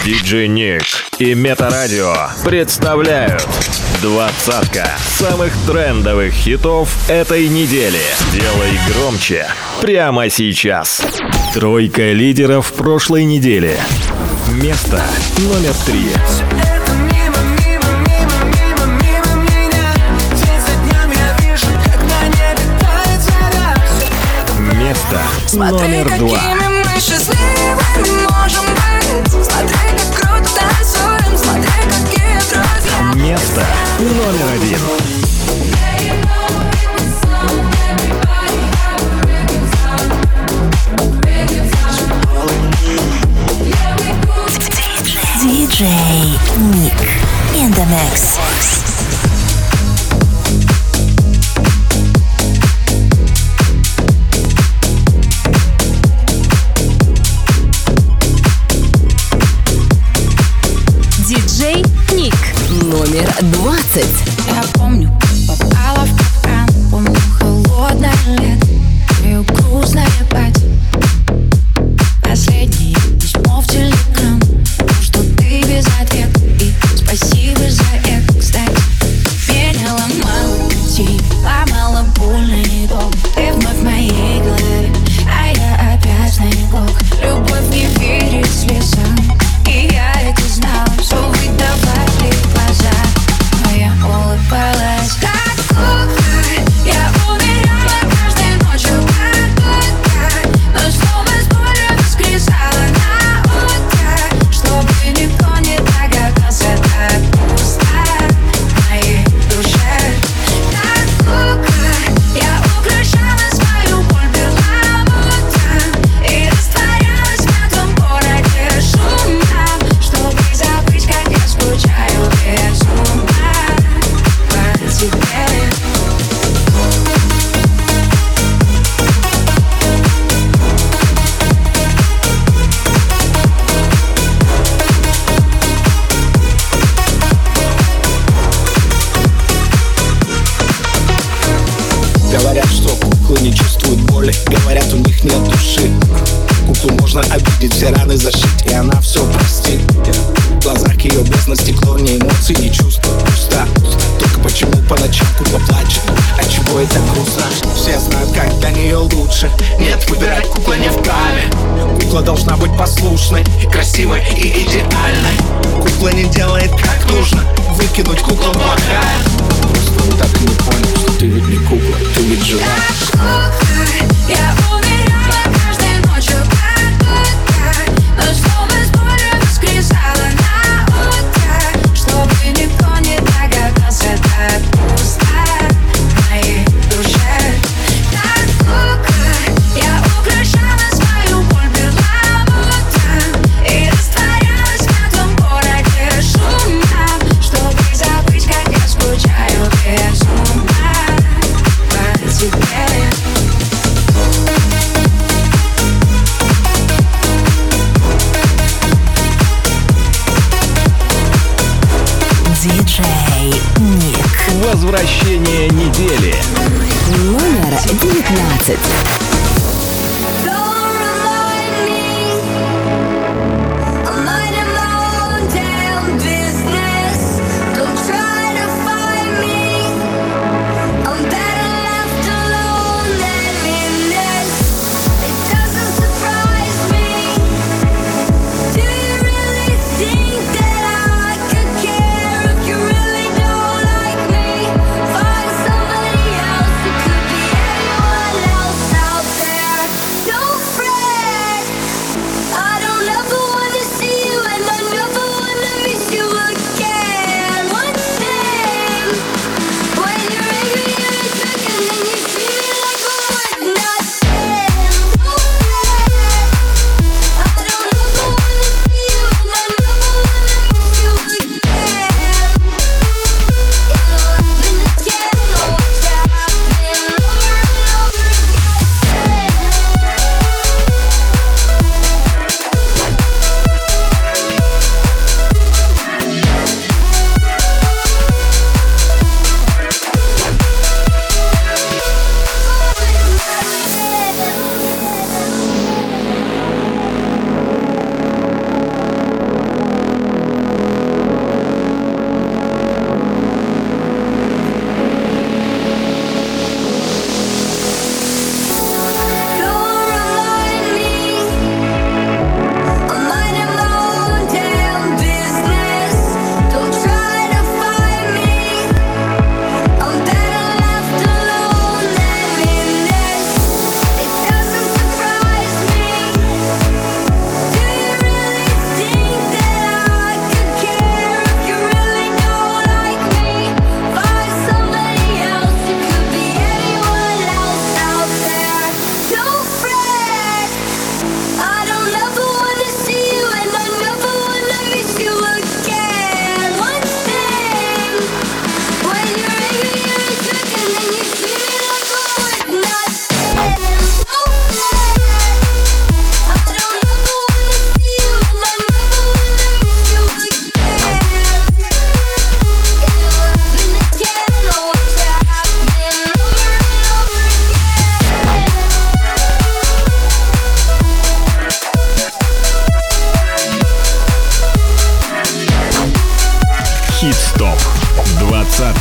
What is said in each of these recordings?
Диджей Ник и Метарадио представляют двадцатка самых трендовых хитов этой недели. Делай громче прямо сейчас. Тройка лидеров прошлой недели. Место номер 3. Место номер 2. Место номер 1. Диджей Ник in the mix. Диджей Ник номер 20. Я помню, попала в капкан, помню холодное лето, твою грустное платье. Последнее письмо в телеграм, что ты без ответа, и спасибо за это, кстати. Меня ломало пути, ломало больно и долго. Ты вновь в моей голове, а я опять снегок. Любовь не верит слезам, и я это знала, все выдавали глаза. Но я улыбалась как кукла, я умирала каждой ночью как будто, но снова с болью воскресала на утро, чтобы никто не догадался, так пусто в моей душе. Как кукла, я украшала свою боль перламутром и растворялась в этом городе шумном, чтобы забыть, как я скучаю безумно по тебе. Говорят, что куклы не чувствуют боли, говорят, у них нет души. Куклу можно обидеть, все раны зашить, и она все простит. В глазах ее бездна, стекло, ни эмоций, ни чувств, пуста. Только почему по ночам кукла плачет, отчего это грустно? Все знают, как для нее лучше. Нет, выбирать кукла не вправе. Кукла должна быть послушной, красивой и идеальной. Кукла не делает как нужно, выкинуть куклу плохая. Просто он так и не понял, что ты ведь не кукла, ты ведь жива. Я умирала каждой ночью как будто, но снова с болью воскресала на утро, чтобы никто не догадался, так пусто в моей душе. Как кукла, я украшала свою боль перламутром и растворялась в этом городе шумном, чтобы забыть, как я скучаю безумно по тебе. Диджей Ник Возвращение недели. номер 19. Find somebody else, it could be anyone else.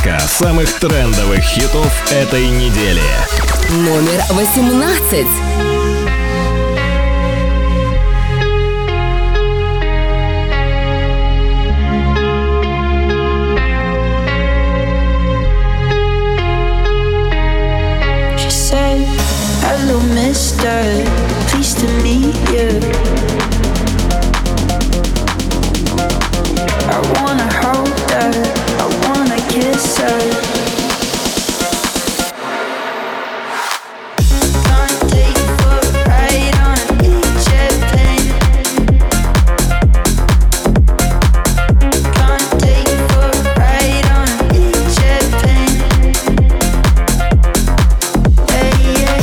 Двадцатка самых трендовых хитов этой недели. Номер 18. Hello, mister, pleased to meet you. I wanna hold her, I wanna kiss her. Gonna take you for a ride on a big jet plane. Gonna take you for a ride on a big jet plane. Hey, yeah.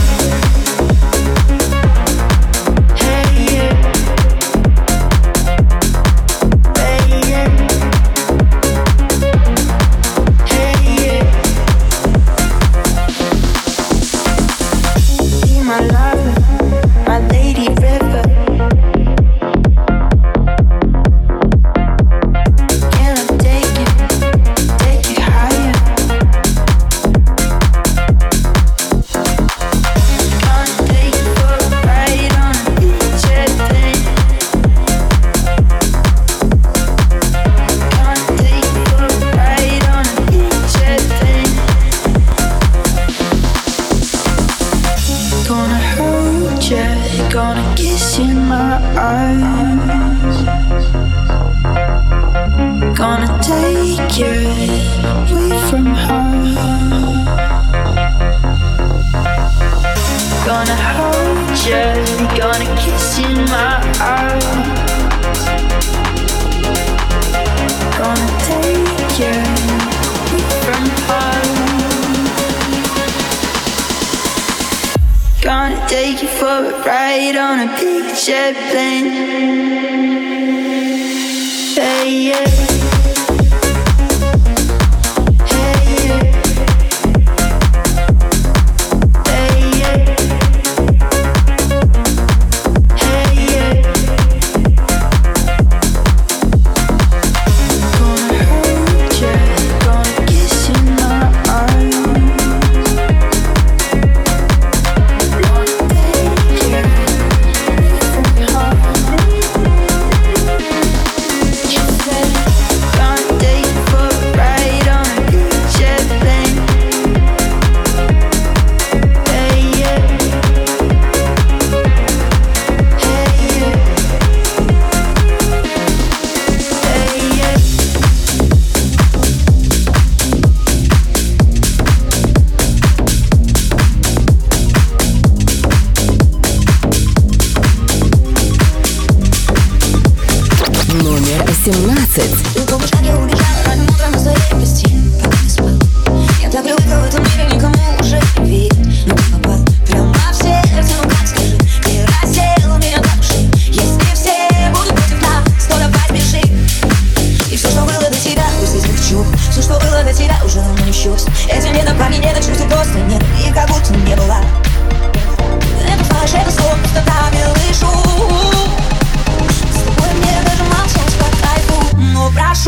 Gonna kiss you in my arms. Gonna take you away from her. Gonna hold you, gonna kiss you in my arms. Gonna take you away from her. Gonna take you for a ride on a big jet plane. Hey, yeah. Hey, yeah. Hey, yeah. Hey, yeah. Gonna hold you, gonna kiss you in my arms. Номер 17. В любом шаге убежала, ранним утром на заре вести, пока ты спал. Я так привыкла в этом мире, никому уже не верить. Но ты попал прямо в сердце, ну как скажи, ты раздел меня до души. Если все будут против нас, то давай спеши. И все, что было до тебя, пусть из них чув. Все, что было до тебя, уже давно не в счет. Этим летом парни не до чувств, просто нет, и как будто не была. Это фальшь, это сон, пустотами лышу. С тобой мне даже молчать по кайфу, но прошу.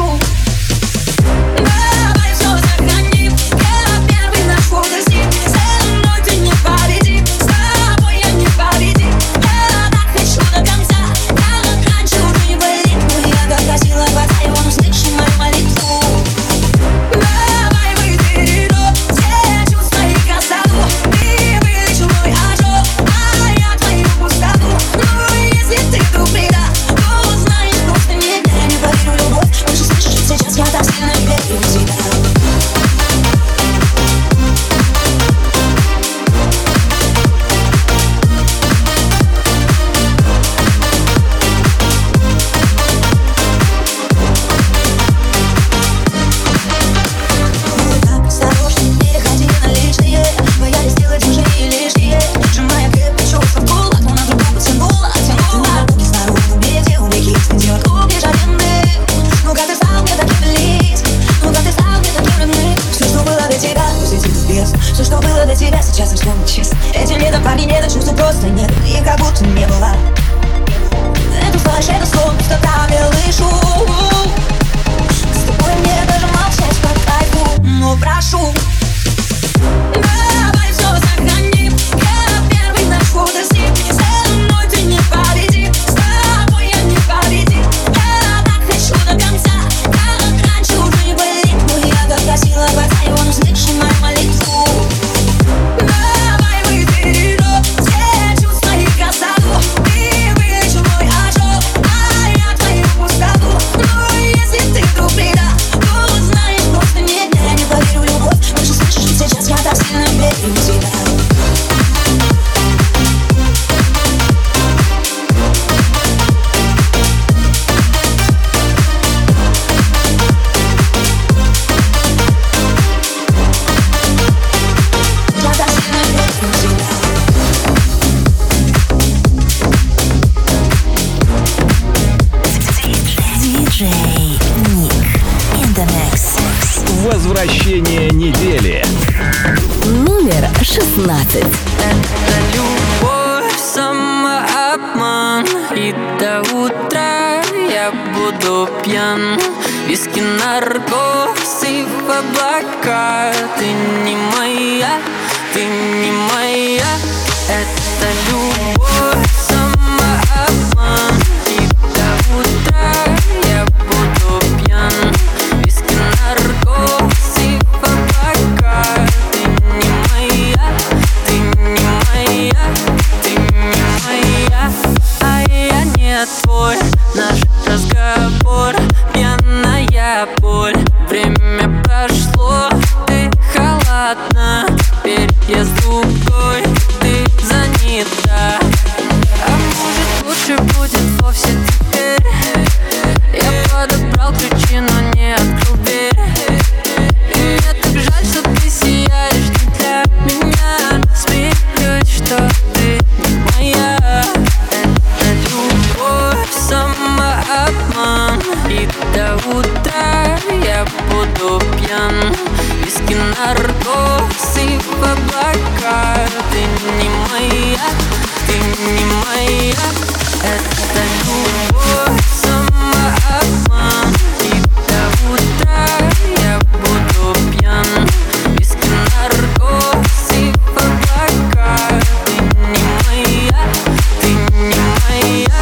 Возвращение недели. Номер 16. Это любовь, самообман. И до утра я буду пьян. Виски, наркоз и в облака. Ты не моя, ты не моя. Это любовь, самообман. И до утра я буду пьян. Виски, наркоз и в облака. Ты не моя, ты не моя, ты не моя. А я не твой. Наш разговор, пьяная боль. Время прошло, ты холодна. Теперь я с другой, ты занята. А может лучше будет вовсе теперь. Я подобрал ключи, но не открыл дверь. И мне так жаль, что ты сияешь не для меня. Смеюсь, что ты не моя. Это любовь, самообман. И до утра я буду пьян. Виски, наркоз и в облака. Ты не моя, ты не моя. Это любовь, самообман. И до утра я буду пьян. Виски, наркоз и в облака. Ты не моя, ты не моя.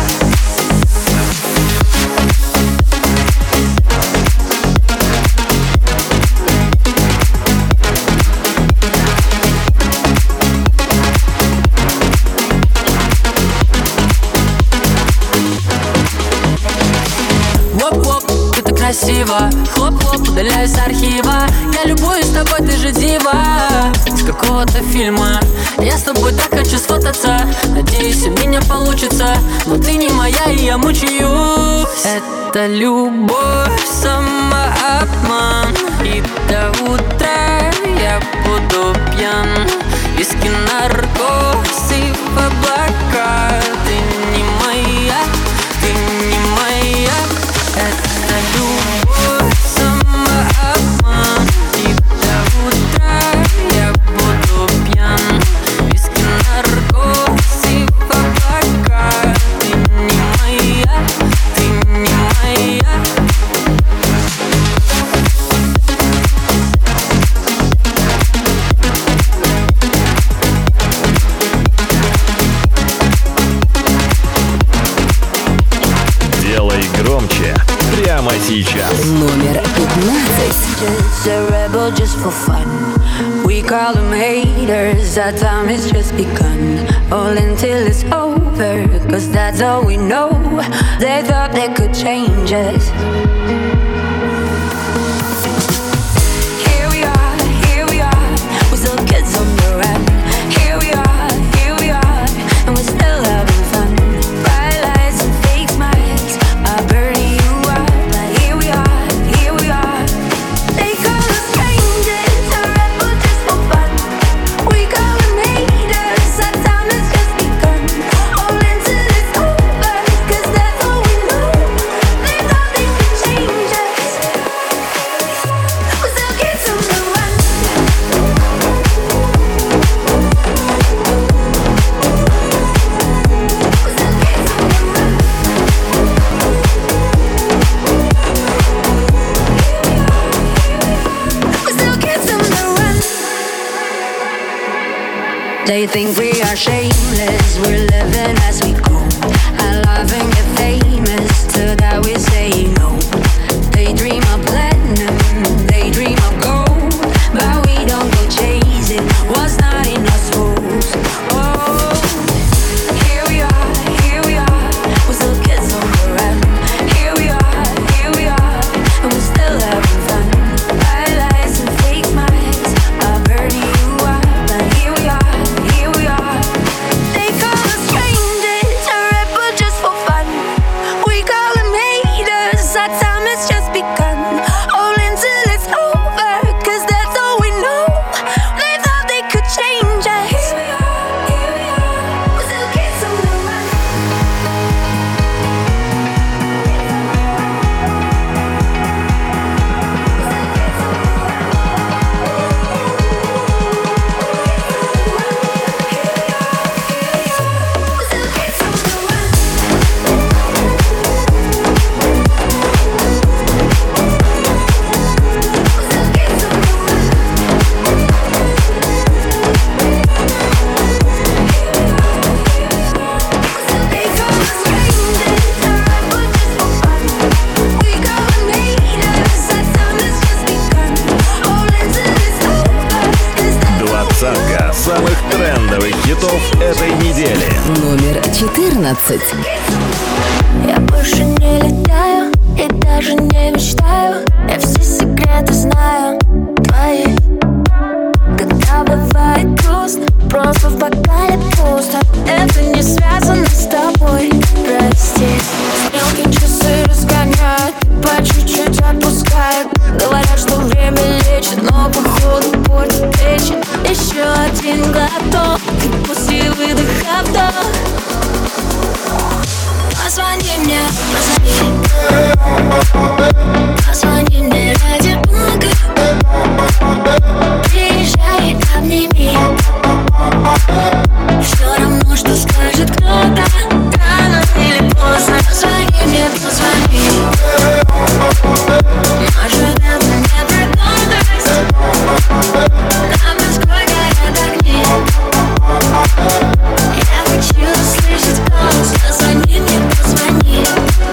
Воп-воп, ты так красиво. Хлоп-хлоп, удаляюсь с архива. Я любуюсь тобой, ты же дива с какого-то фильма. Я с тобой так хочу сфотаться. Надеюсь, у меня получится. Но ты не моя, и я мучаюсь. Это любовь, самообман. И до утра я буду пьян. Виски, наркоз и в облака. Ты не моя, ты не моя. Это любовь, самообман. И до утра я буду пьян. Виски, наркоз и в облака. Ты не моя, ты не моя. Делай громче прямо сейчас. Номер 15. Just a rebel just for fun. We call them haters, our time has just begun. All until it's over, cause that's all we know. They thought they could change us. Here we are, we're still kids on the run. Here we are, and we're still having fun. Bright lights and fake smiles are burning you up. But here we are. They call us strangers, a rebel just for fun. We call them haters, our time has just begun. All until it's over, cause that's all we know. They thought they could change us. We're still kids on the run. They think we are shameless, we're living as we go. I love and get famous, to that we say no. They dream of platinum, they dream of gold, but we don't go chasing what's not in our souls. Oh, here we are, we're still kids on the run. Here we are, and we're still having fun. Bright lights and fake smiles are burning you up, but here we are. They call us strangers, a rebel just for fun. We call them haters, our time has just begun. All until it's over, cause that's all we know. They thought they could change us. Here we are, we're still kids on the run. 13. Я больше не летаю и даже не мечтаю. Я все секреты знаю твои. Когда бывает грустно, просто в бокале пусто. Это не связано с тобой, прости. Стрелки часы разгоняют, по чуть-чуть отпускают. Говорят, что время лечит, но походу портит речи. Еще один глоток, и после выдоха вдох. Позвони мне, позвони. Позвони мне ради бога. Приезжай и обними. Все равно, что скажет кто-то, рано или поздно. Позвони мне, позвони. Может, это не пригодность. На Москве горят огни. Я хочу услышать голос. Позвони мне, позвони.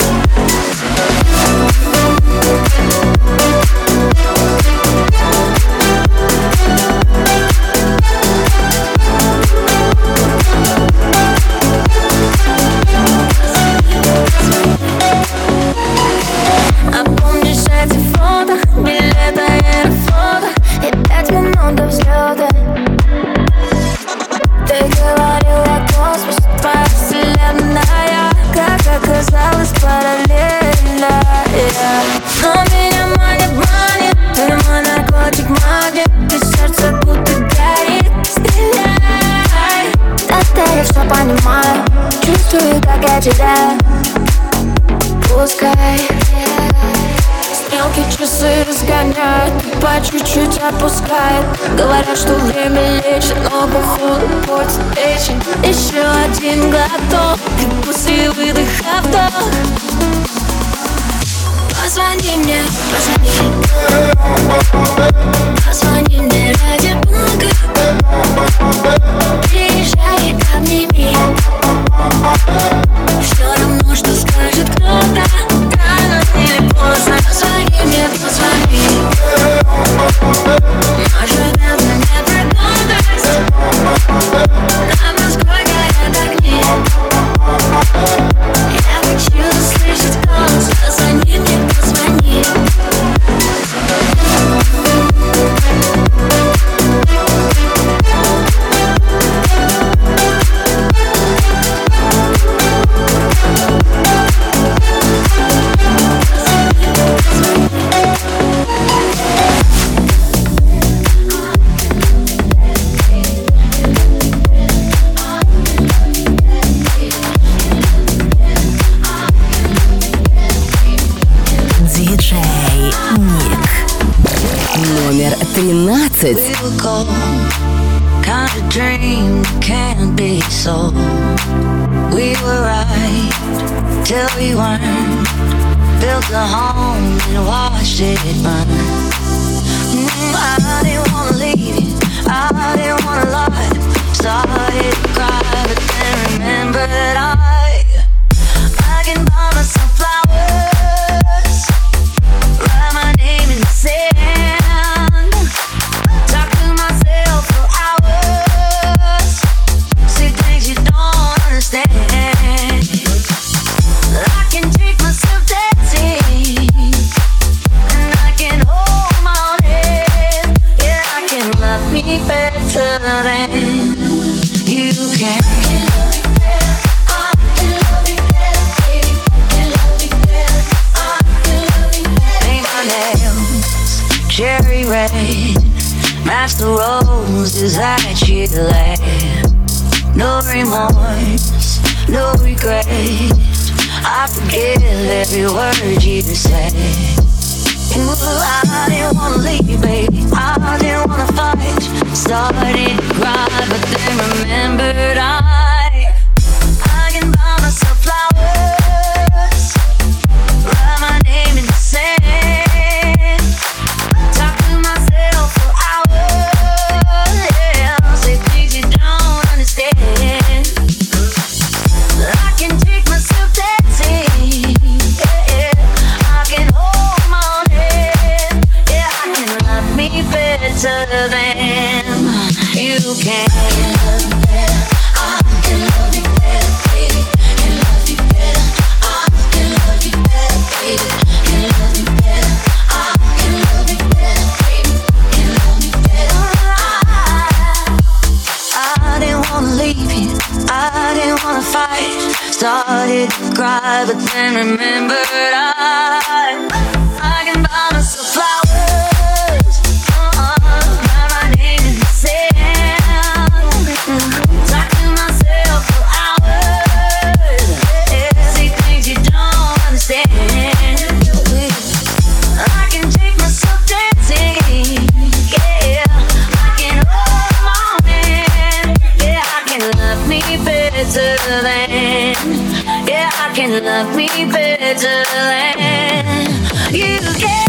А помнишь эти фото, билеты аэрофлота и 5 минут до взлета? Ты говорила, космос, твоя вселенная, как оказалось, параллельная. Но меня манит, ты мой наркотик, магнит, и сердце будто горит. Стреляй, тогда я все понимаю, чувствую, как я теряю. Пускай стрелки часы разгоняют, по чуть-чуть отпускает. Говорят, что время лечит, но походу портит речи. Еще один глоток, и после выдоха вдох. Позвони мне, позвони. Позвони мне ради бога. Приезжай и обними. Все равно, что скажет кто-то, рано или поздно. Позвони мне, позвони. Может, это не пригодность. На Москве горят огни. Я хочу услышать голос. Позвони мне, позвони. Диджей Ник. Номер 13. Kind of dream can't be so. We were right till we weren't. Built a home and watched it burn. I didn't wanna leave you, I didn't wanna lie. Started to cry, but then remembered I can buy myself flowers, write my name in the sand, talk to myself for hours, say things you don't understand. I can take myself dancing, and I can hold my own head. Yeah, I can love me better than you can. Cherry red, match the roses that you left. No remorse, no regret. I forgive every word you said. Ooh, I didn't wanna leave, baby, I didn't wanna fight. Started to cry, but then remembered I can buy myself flowers, write my name in the sand, talk to myself for hours, yeah, say things you don't understand. I can take myself dancing, yeah, I can hold my own head, yeah, I can love me better than you can. cry, but then remembered I can buy myself flowers. Write my name in the sand. Talk to myself for hours. Say things you don't understand. I can take myself dancing. Yeah, I can hold my man. Yeah, I can love me better than. Yeah, I can love me better than you can.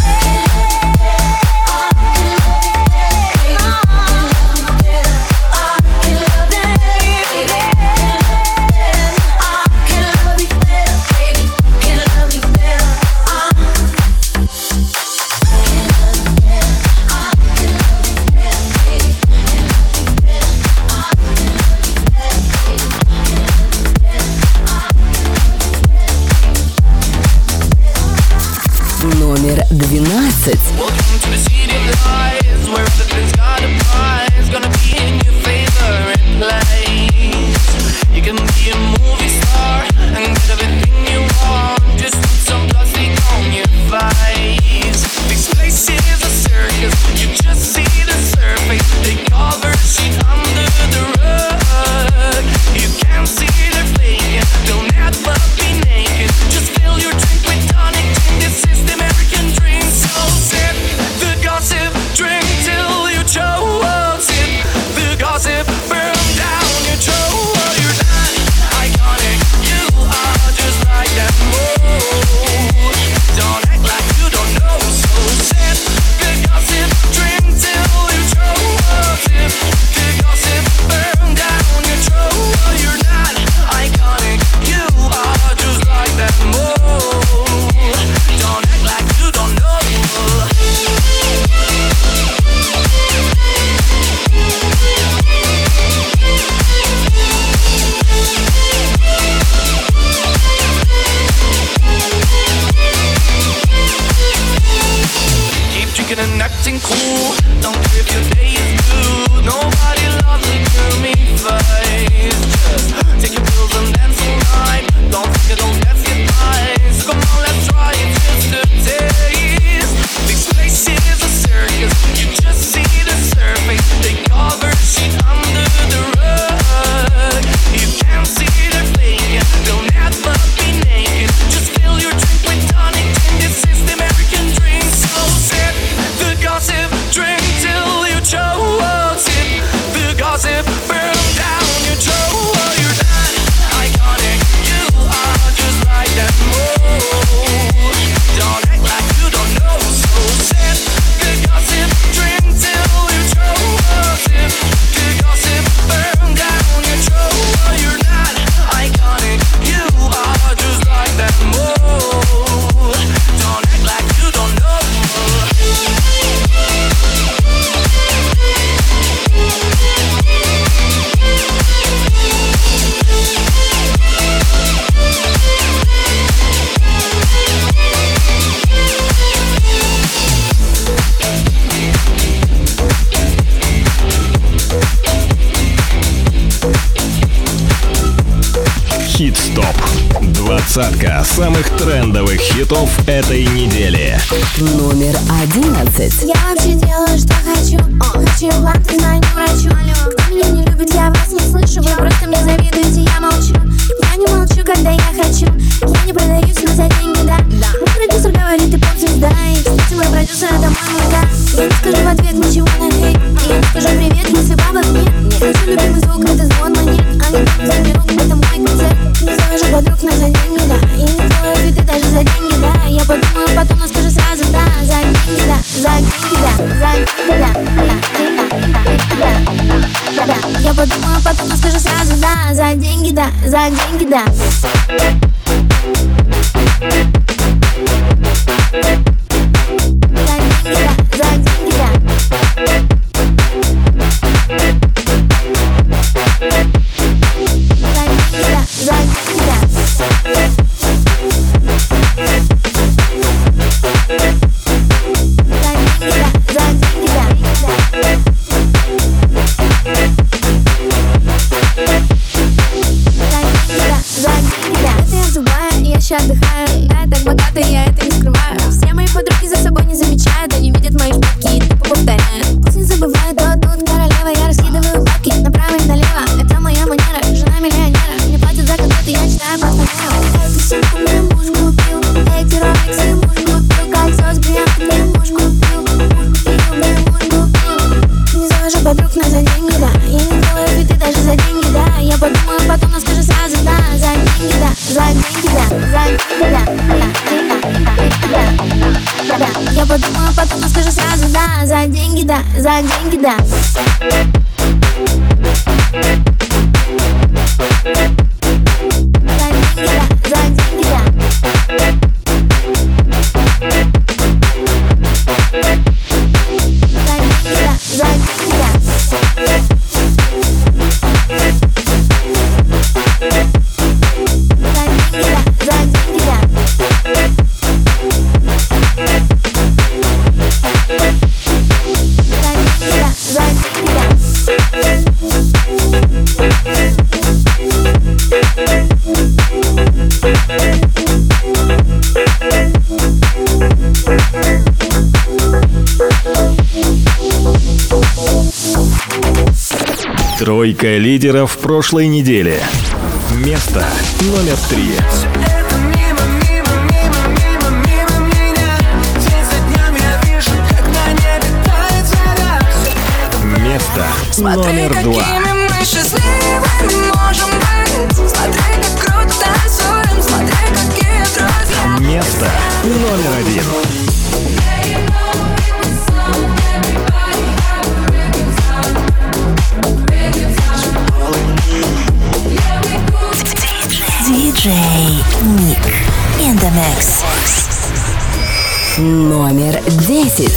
Номер 12. And acting cool, don't care if your day is blue. Nobody loves a gloomy face. Just take your pills and dance all night. Don't think it, don't dance it nice. So come on, let's try it just a taste. This place is a circus, you just see the surface. They cover shit under the rug. You can't see their fake, they'll never be naked. Just fill your drink with tonic, and this is the American dream. So sip the gossip, drink till you choke. Sip the gossip, burn down your throat. You're not iconic, you are just like that mold. Don't act like you don't know. So sip the gossip, drink till you choke. Sip the gossip, burn down your throat. You're not iconic, you are just like that mold. Don't act like you don't know. Хит-стоп. Двадцатка самых трендовых хитов этой недели. Номер 11. Я вообще делаю, что хочу. Хочу вам, ты знаю, не врачу. Кто меня не любит, я вас не слышу. Вы просто мне завидуете, я молчу. Я не молчу, когда я хочу. Я не продаюсь, но за деньги, да. Мой продюсер говорит, ты поп-звезда. И, кстати, мой продюсер, это мой мага. Я не скажу в ответ ничего на хейт. Я не скажу привет, если бабок нет. Хочу любимый звук, это звон монет. А не заберу, это мой концерт. Не завожу подруг, но за деньги, да. И не делаю виды даже за деньги, да. Я подумаю потом, но скажу сразу, да. За деньги, да, за деньги, да. За деньги, да. Я подумаю потом, но скажу сразу, да. За деньги, да, за деньги, да. За деньги, да. богатый. Да, я так богатый, я это не скрываю. Все мои подруги за собой не замечают. Они видят мои шпильки и тупо повторяют. Пусть не забывают, то тут королева. Я раскидываю бабки направо и налево. Это моя манера, жена миллионера. Мне платят за концерты, я читаю портфолио. Эту сумку мне муж купил, эти роликсы муж купил, кольцо с бриллиантом мне муж купил, мне муж купил. Не завожу подруг, но за деньги, да. Я не делаю фиты даже за деньги, да. Я подумаю потом, но скажу сразу, да. За деньги, да, за деньги, да, за деньги, да. Я подумаю потом, но скажу сразу, да. За деньги, да, за деньги, да. Тройка лидеров прошлой недели. Место номер 3. Место номер 2. Место номер 1. DJ Nick in the mix. Номер 10.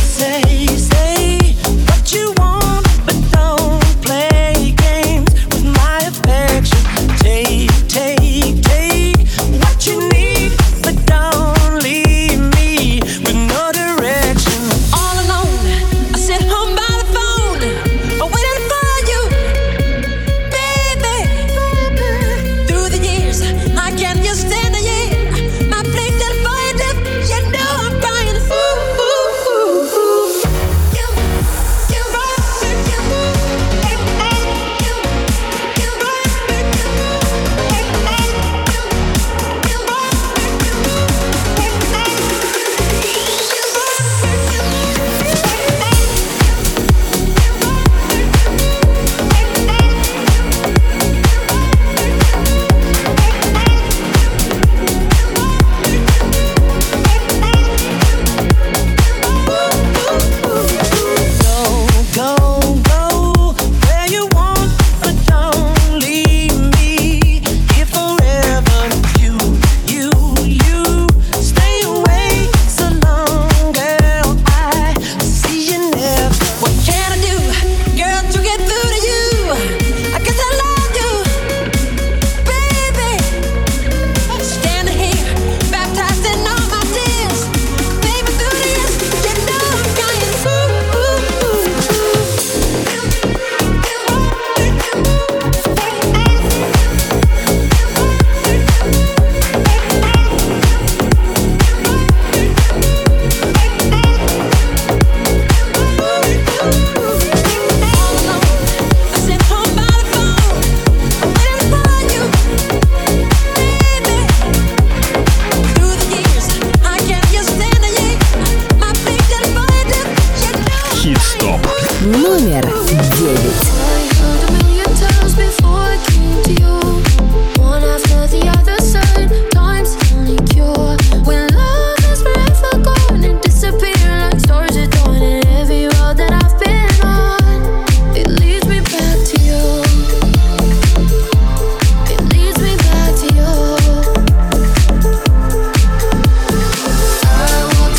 Номер 9.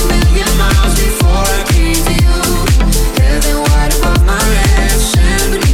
Heaven wide above my head,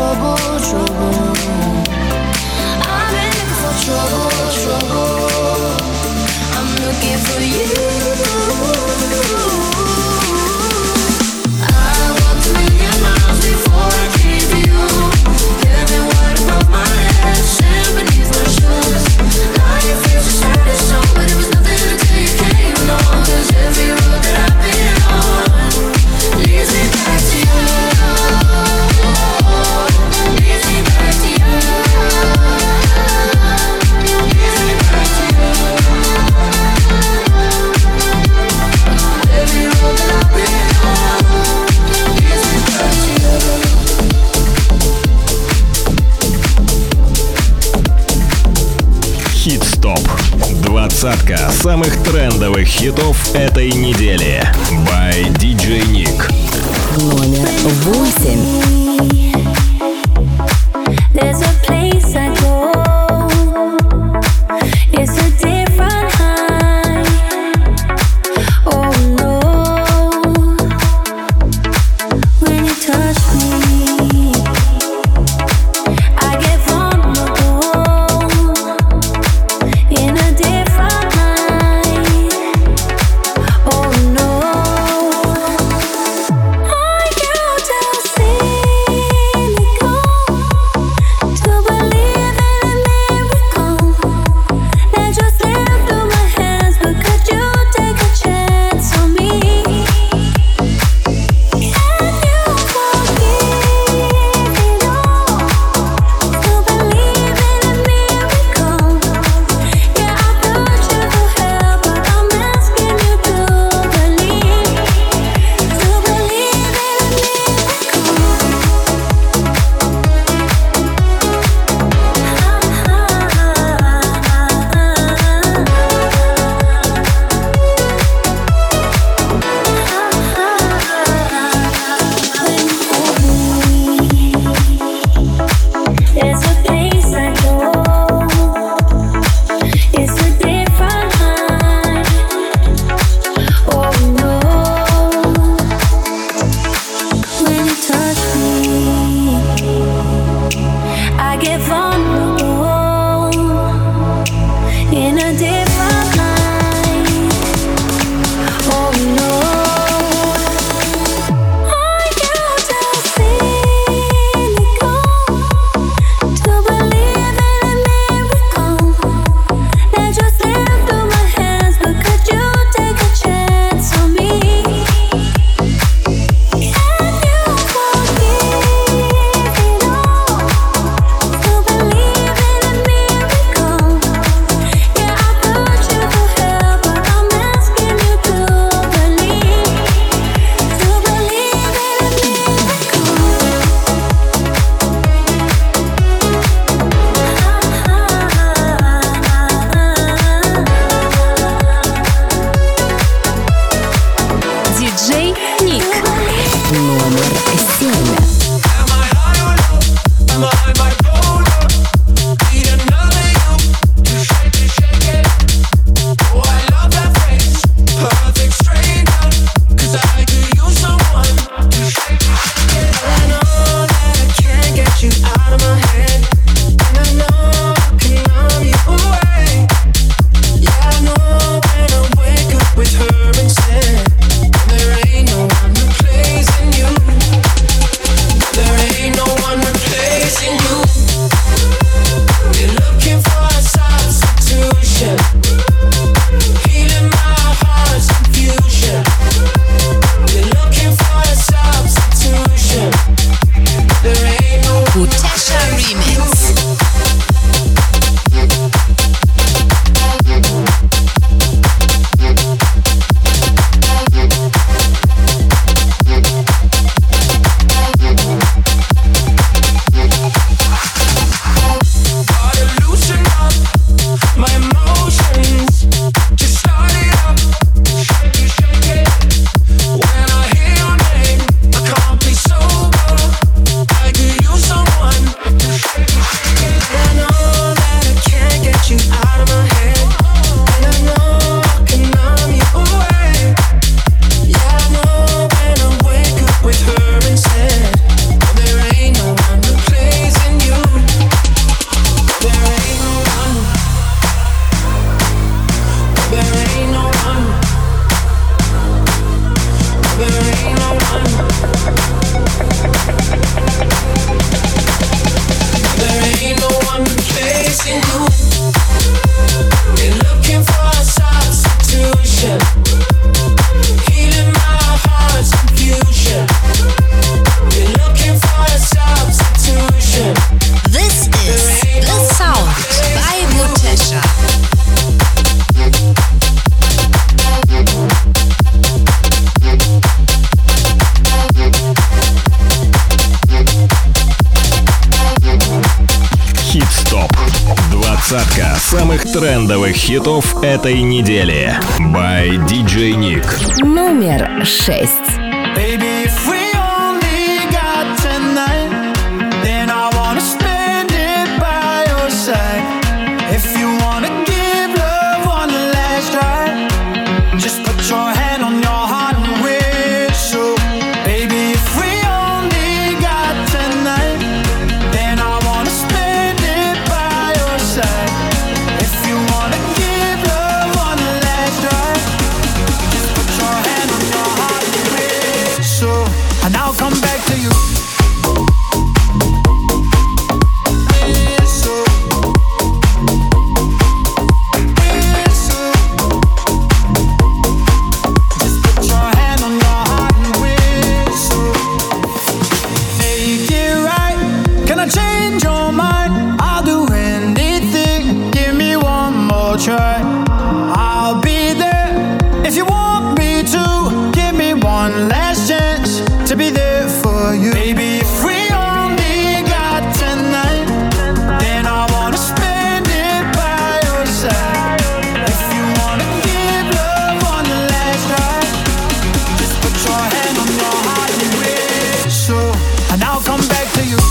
trouble, trouble. I've been looking for trouble, trouble. I'm looking for you. I walked a million miles before I came to you. Every word above my head, sand beneath my shoes. Now you feel so sad and so, but it was nothing until you came along. 'Cause every road that I've been on leads me back to you. Leads me back to you. Leads me back to you. Every road that I've been on leads me back to you. Хит-стоп. Двадцатка самых трендовых хитов этой недели. By DJ Nick. Номер 8. There's a place I go. It's a different high. Oh no. When you touch me, I get vulnerable. In a different light. Oh no. Are you too cynical to believe in a miracle that just slipped through my hands? But could you take a chance on me? Can you forgive it all to believe in a miracle? Yeah, I thought you could help, but I'm asking you to believe in a There's a place I go. It's a different high. Oh no. When you touch me, I get vulnerable. In a different light. Oh no. Are you too cynical to believe in a miracle that just slipped through my hands? But could you take a chance on me? Can you forgive it all to believe in a miracle? Yeah, I thought you could help, but I'm asking you to believe in a Диджей Ник. Номер 7. Am I high or low? Am I bipolar? Need another you to shake it. Oh, I love that phrase, perfect stranger. 'Cause I could use someone to shake it. I know that I can't get you out of my head, and I know I can love you away. Yeah, I know when I wake up with her instead, there ain't no one replacing you. There ain't no one replacing you. We're looking for a substitution, healing my heart's confusion. We're looking for a substitution. There ain't no one replacing you. Gotta loosen up my emotions. Just start it up, shake it. When I hear your name, I can't be sober. I could use someone to shake it. Двадцатка самых трендовых хитов этой недели. By DJ Nick. Номер 6. Baby, if we only got tonight, then I wanna spend it by your side. If you wanna give love one last try, just put your hand on your heart and whistle. Baby, if we only got tonight, then I wanna spend it by your side. If you wanna give love one last try, just put your hand on your heart and whistle. And I'll come back to you. Try. I'll be there if you want me to. Give me one last chance to be there for you. Baby, if we only got tonight, then I wanna spend it by your side. If you wanna give love one last try, just put your hand on your heart and whistle, and I'll come back to you.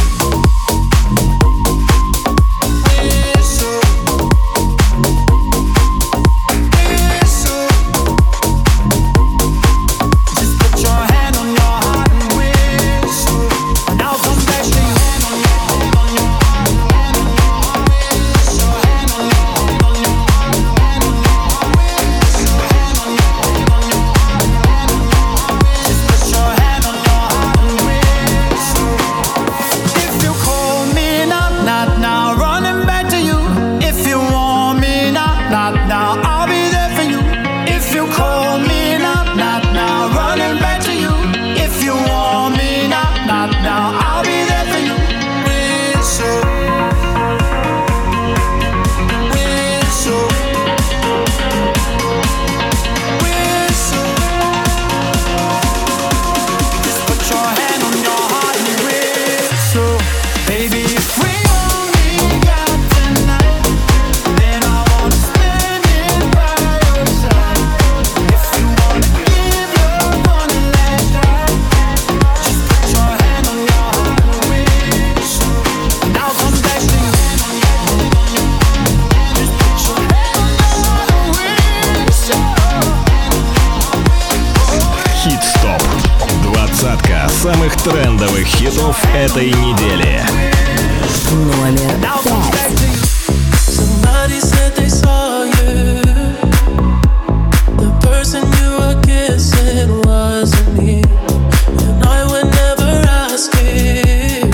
Самых трендовых хитов этой недели. Номер 5. Somebody said they saw you. The person you were kissing wasn't me, and I would never ask you.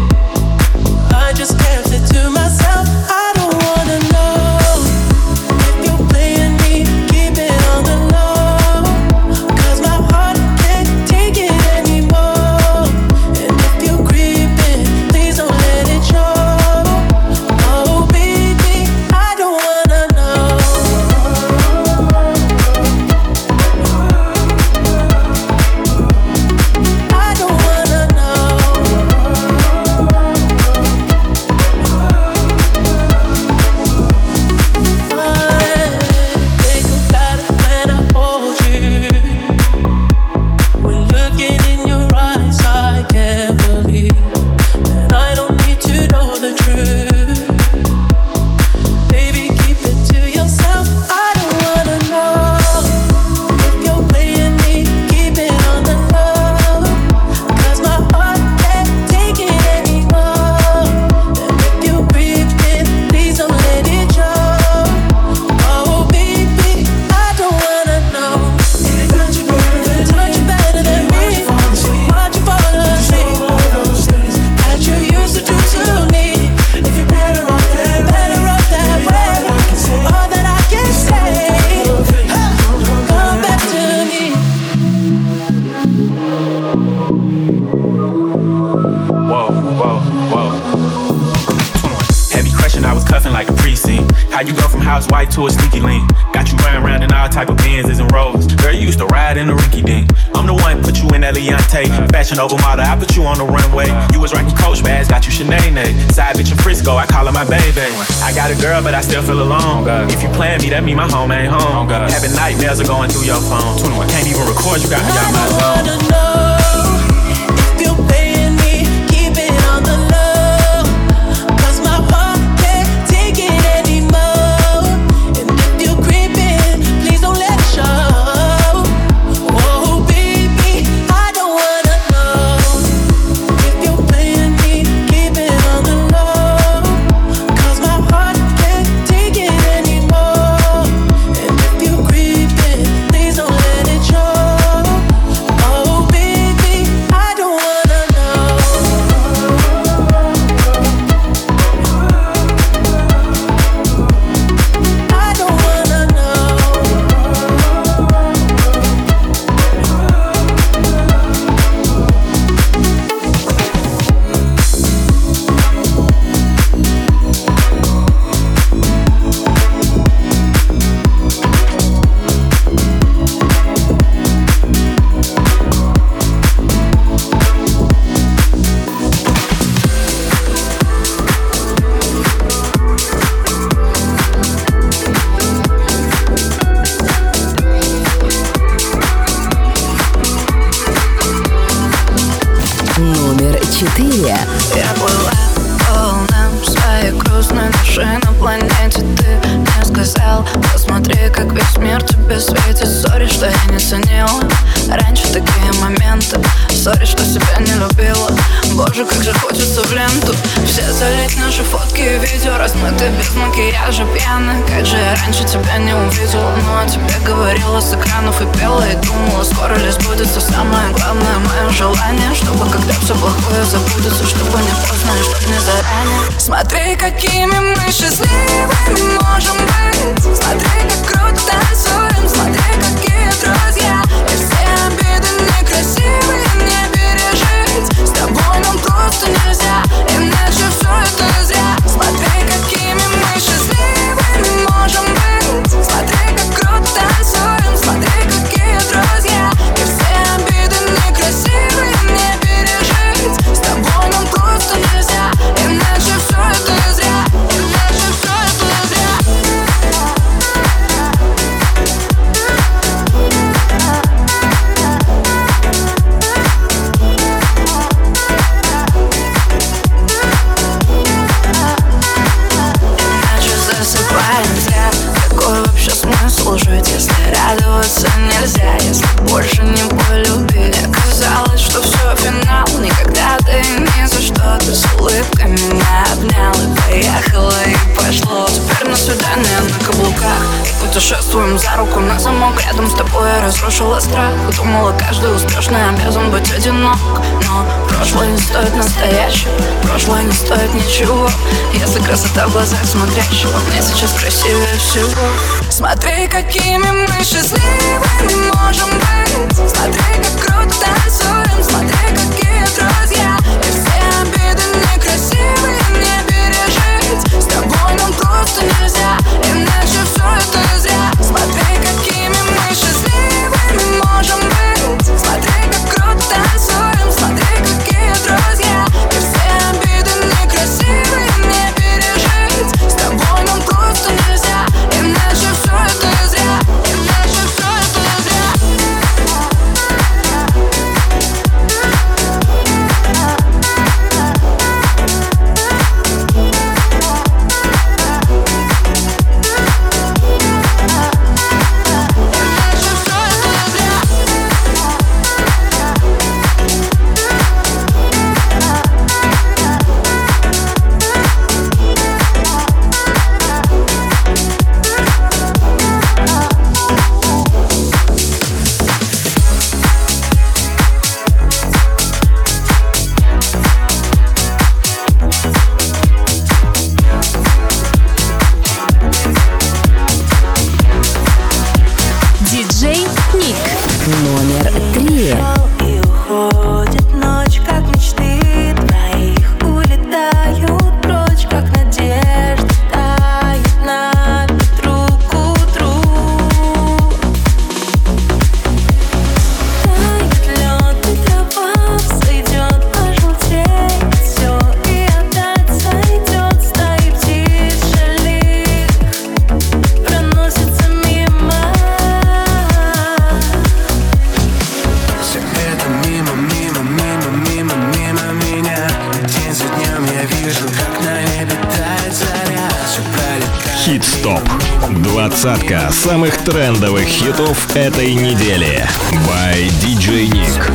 I just kept it to myself. I don't wanna know if you're playing me. Keep it on the low, 'cause my heart can't take it anymore. And if you're creeping, please don't let it show. Oh baby, I don't wanna know. I don't wanna know. Think about it when I hold you. When looking in your eyes, I can't believe, and I don't need to know the truth. Baby, keep it to yourself. I don't wanna know if you're playing me. Keep it on the low, 'cause my heart can't take it anymore. And if you're breathing, please don't let it show. Oh baby, I don't wanna know. Touch you better than me. Watch you fall asleep. That you used to do to me. If you're better off that way. All that I can say, come back to me. Whoa, whoa, whoa. Heavy crushing, I was cuffing like a precinct. How you go from housewife to a sneaky link? Got you riding around in all type of Benzes and Rolls. Girl, you used to ride in the rinky dink. I'm the one put you in that Leontay. Fashion over model, I put you on the runway. You was rocking Coach bags, got you Sinead. Side bitch in Frisco, I call her my baby. I got a girl, but I still feel alone. If you plan me, that mean my home ain't home. Having nightmares are going through your phone. Can't even record, you got me out my zone. I don't know if you're playing me, keep it on the low, 'cause my heart can't take it anymore. And if you're creeping, please don't let it show. Oh baby, I don't wanna know. If you're playing me, keep it on the low, 'cause my heart can't take it anymore. And if you're creeping, please don't let it show. Oh baby, I don't wanna know. I don't wanna know. Номер 4. Я плыла по волнам своей грустной души на планете. Ты мне сказал, посмотри, как весь мир тебе светит. Сори, что я не ценила раньше такие моменты. Сори, что себя не любила. Боже, как же хочется в ленту все залить наши фотки и видео. Размыты без макияжа, пьяны. Как же я раньше тебя не увидела. Ну а тебе говорила с экранов и пела. И думала, скоро ли сбудется самое главное мое желание. Чтобы когда все плохое забудется, чтобы не поздно и чтобы не заранее. Смотри, какими мы счастливыми можем быть. Смотри, как круто танцуем. Смотри, какие друзья. И все обиды некрасивые не пережить. С тобой нам просто нельзя, иначе все это зря. Смотри, какими мы счастливыми можем быть. Смотри, как круто танцуем. Смотри, какие друзья. И все обиды некрасивые не пережить. С тобой нам просто нельзя, иначе все это зря. Иначе все это зря. Иначе засыпаем зря. Какой вообще смысл жить, если радоваться нельзя? Если больше не полюбили. Казалось, что все финал. Никогда ты ни за что. Ты с улыбкой меня обнял и поехала, и пошло. Теперь на свидание на каблуках. Путешествуем за руку на замок. Рядом с тобой я разрушила страх. Думала, каждый успешный обязан быть одинок. Но прошлое не стоит настоящего. Прошлое не стоит ничего, если красота в глазах смотрящего. Мне сейчас красивее всего. Смотри, какими мы счастливыми можем быть. Смотри, как круто танцуем. Смотри, какие друзья. И все обиды некрасивые не пережить. С тобой нам просто нельзя, иначе все это зря. Смотри, какими мы счастливыми можем быть. Смотри, как круто танцуем. Смотри, какие друзья. И все обиды некрасивые не пережить. С тобой нам просто нельзя, иначе все это зря. Иначе все это зря. вижу, как на небе тает заря. Все пролетает. Хит-стоп. Двадцатка самых трендовых хитов этой недели. By DJ Nick.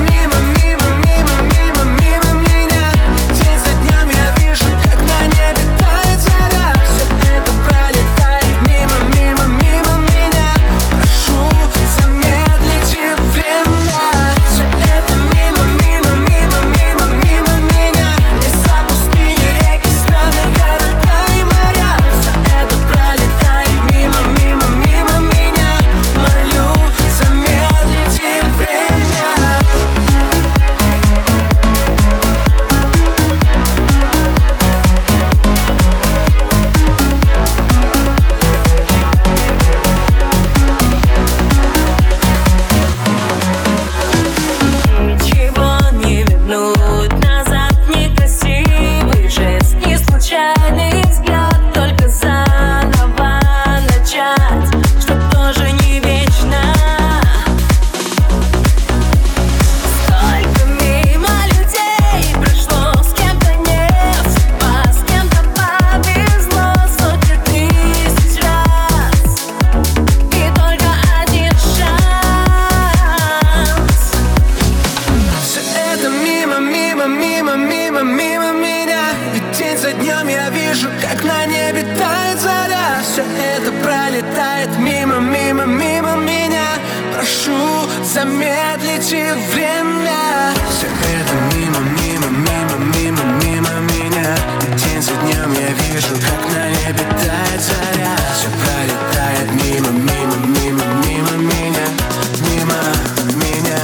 Замедлите время. Все это мимо, мимо, мимо, мимо, мимо меня. И день за днем я вижу, как на небе тает заря. Все пролетает мимо, мимо, мимо, мимо меня. Мимо меня.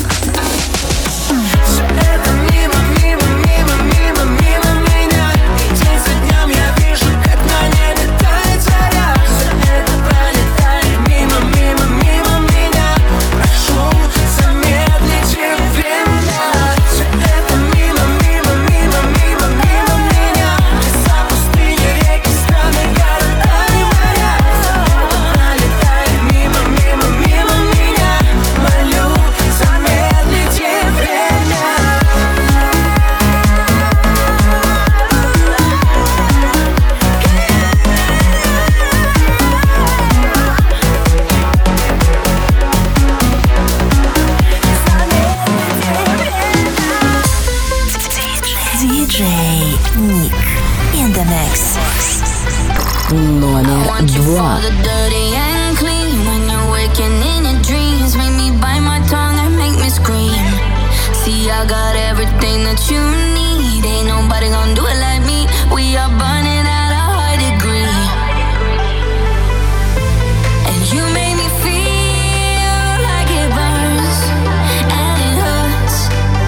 Все это мимо, мимо, мимо, мимо, мимо меня. И день за днем я вижу, как на небе тает заря. Все это пролетает мимо, мимо, мимо меня. Прошу, замедлите время. Все это мимо, мимо, мимо, мимо, мимо меня. Леса, пустыни, реки, страны, города и моря. Все это пролетает мимо, мимо, мимо меня. Молю, замедлите время. DJ Nick in the mix. Номер 2. See, I got everything that you need. Ain't nobody gonna do it like me. We are burning at a high degree. And you make me feel like it burns and it hurts.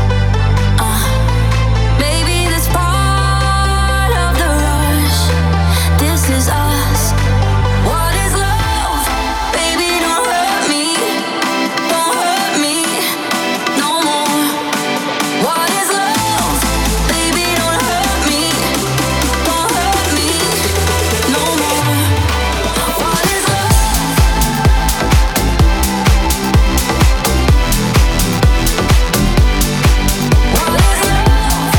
Baby, that's part of the rush. This is us. What is love? Baby, don't hurt me. Don't hurt me no more. What is love? Baby, don't hurt me. Don't hurt me no more. What is love? What is love?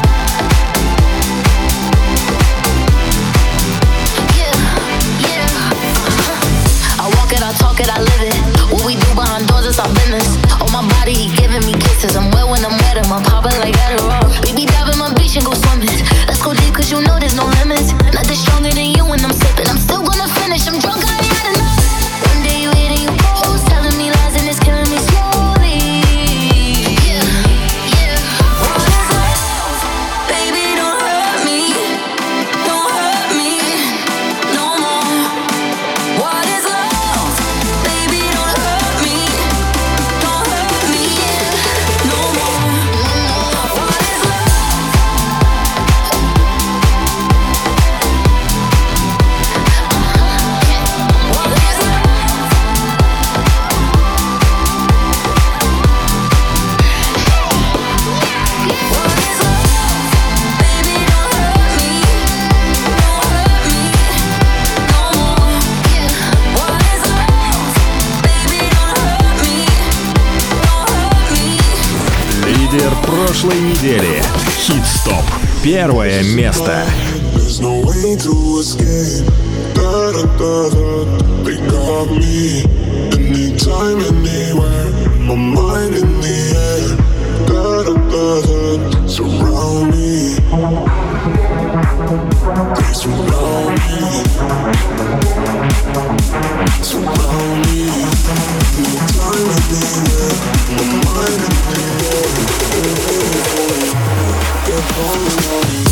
Yeah. I walk it, I talk it, I live it. What we do behind doors is our business. On my body, he giving me kisses. I'm wet when I'm wet, I'm popping like Adderall. Baby, dive in my beach and go swimming. Let's go deep, cause you know there's no limits. Nothing stronger than you when I'm sipping. I'm still gonna finish, I'm drunk, I ain't had enough. One day you hit and you post, telling me lies and it's killing me slowly. Yeah. What is love? Baby, don't hurt me. Don't hurt me no more. What is love? Baby, don't hurt me. Don't hurt me no more. What is love? What is love? What is love? Baby, don't hurt me. Don't hurt me no more. What is love? Baby, don't hurt me. Don't hurt me. Лидер прошлой недели. Хит-стоп. Первое место. There's no way to escape. Da-da-da-da. They got me. Anytime, anywhere. My mind in the air. Da-da-da-da. Surround me. They surround me. Surround me. Anytime, anywhere. My mind in the air. They're calling on me.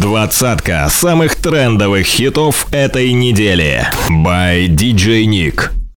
Двадцатка самых трендовых хитов этой недели. By DJ Nick.